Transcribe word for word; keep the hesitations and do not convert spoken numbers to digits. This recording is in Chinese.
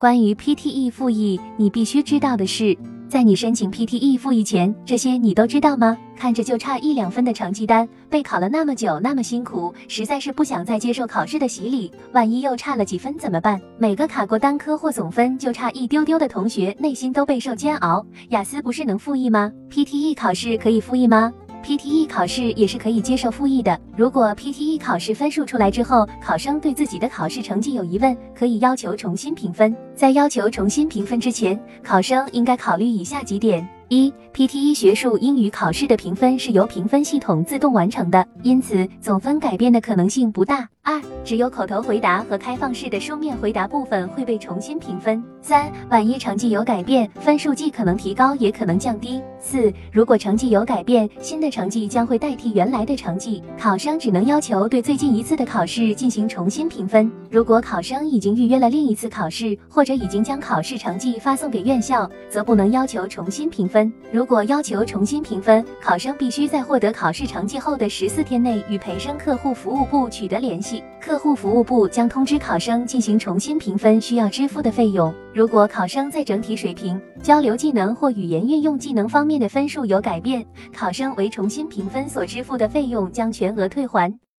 关于 P T E 复议，你必须知道的是，在你申请 P T E 复议前，这些你都知道吗？看着就差一两分的成绩单，备考了那么久，那么辛苦，实在是不想再接受考试的洗礼。万一又差了几分怎么办？每个卡过单科或总分就差一丢丢的同学，内心都备受煎熬。雅思不是能复议吗？ P T E 考试可以复议吗？P T E 考试也是可以接受复议的。如果 P T E 考试分数出来之后，考生对自己的考试成绩有疑问，可以要求重新评分。在要求重新评分之前，考生应该考虑以下几点。一、P T E 学术英语考试的评分是由评分系统自动完成的，因此总分改变的可能性不大。二、只有口头回答和开放式的书面回答部分会被重新评分。三、万一成绩有改变，分数既可能提高也可能降低。四、如果成绩有改变，新的成绩将会代替原来的成绩，考生只能要求对最近一次的考试进行重新评分。如果考生已经预约了另一次考试，或者已经将考试成绩发送给院校，则不能要求重新评分。如果要求重新评分，考生必须在获得考试成绩后的十四天内与培生客户服务部取得联系，客户服务部将通知考生进行重新评分需要支付的费用。如果考生在整体水平、交流技能或语言运用技能方面的分数有改变，考生为重新评分所支付的费用将全额退还。